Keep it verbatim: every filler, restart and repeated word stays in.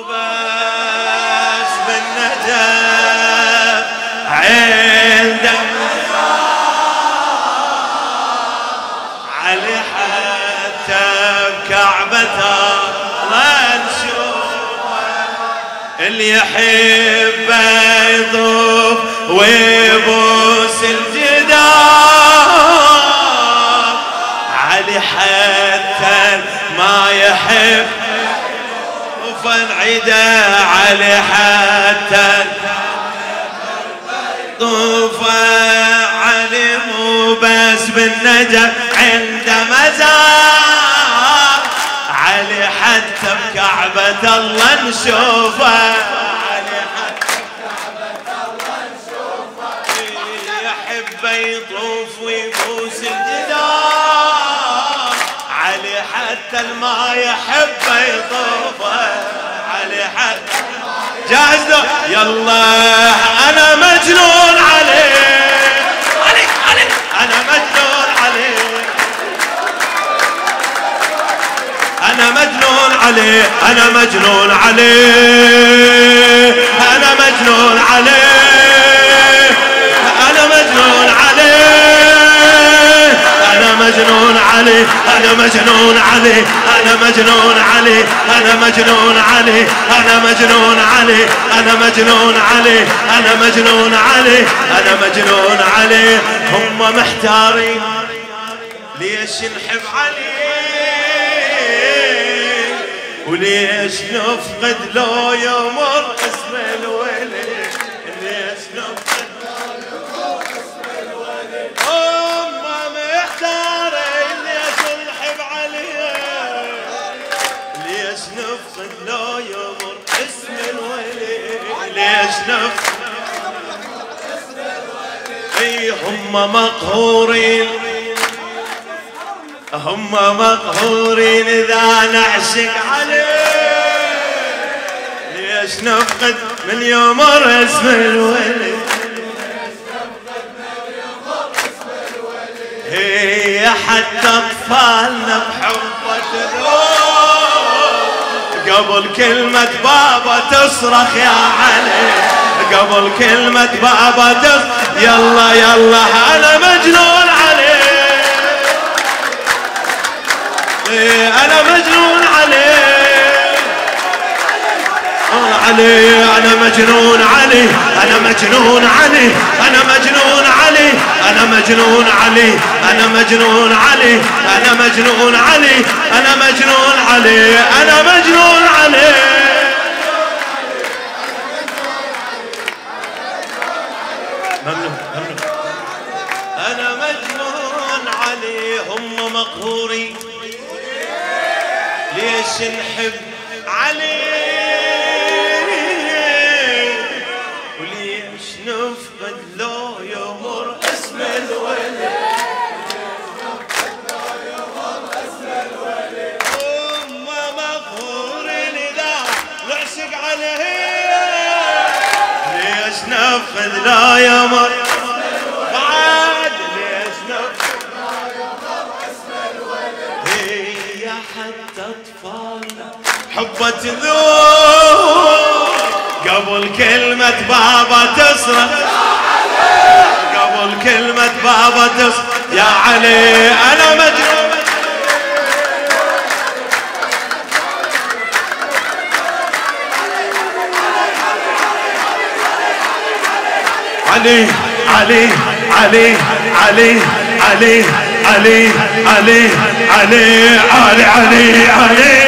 بس بالنجف عند علي حتى بكعبته الله نشوفه اللي يحبه يطوف ويبوس الجدار علي حتى ما يحب وفنعده علي حتى طوفه علي مو بس بالنجف عند مزار علي حتى بكعبة الله نشوفه علي حتى بكعبة الله نشوفه يحب يطوف ويبوس الجدار علي حتى الما يحب يطوفه علي حتى جاهز له يلا انا مجنون عليه علي علي انا مجنون عليه انا مجنون عليه انا مجنون عليه انا مجنون عليه انا مجنون عليه انا مجنون عليه انا مجنون عليه انا مجنون عليه انا مجنون عليه انا مجنون عليه انا مجنون عليه انا مجنون عليه انا مجنون عليه هم محتارين ليش نحب عليه وليش نفقد لو يمر اسم الولي ليش نفقد لو يمر اسم الولي هم محتارين ليش نحب عليه ليش نفقد لو يمر اسم الولي ليش نفقد اسم الولي اي هم مقهورين هم مقهورين إذا نعشق عليه ليش نفقد من يمر اسم الولي هي حتى أطفالنا بحبه تذوب قبل كلمة بابا تصرخ يا علي قبل كلمة بابا تصرخ يلا يلا أنا مجنون عليه أنا مجنون عليه عليه أنا مجنون عليه أنا مجنون عليه أنا مجنون عليه أنا مجنون عليه أنا مجنون عليه أنا مجنون عليه أنا مجنون عليه أنا مجنون عليه ممنون ممنون أنا مجنون عليه هم مقهورين ليش نحب عليه وليش نفقد لو يمر اسم الولي هم مقهورين إذا نعشق عليه ليش نفقد لا يمر بعد ليش نفقد لا يمر اسم الولي هي حتى أطفالنا حبة تذوب قبل كلمة بابا تصرخ قبل كلمة بابا تصرخ يا علي أنا مجنون علي علي علي علي علي علي علي علي علي علي علي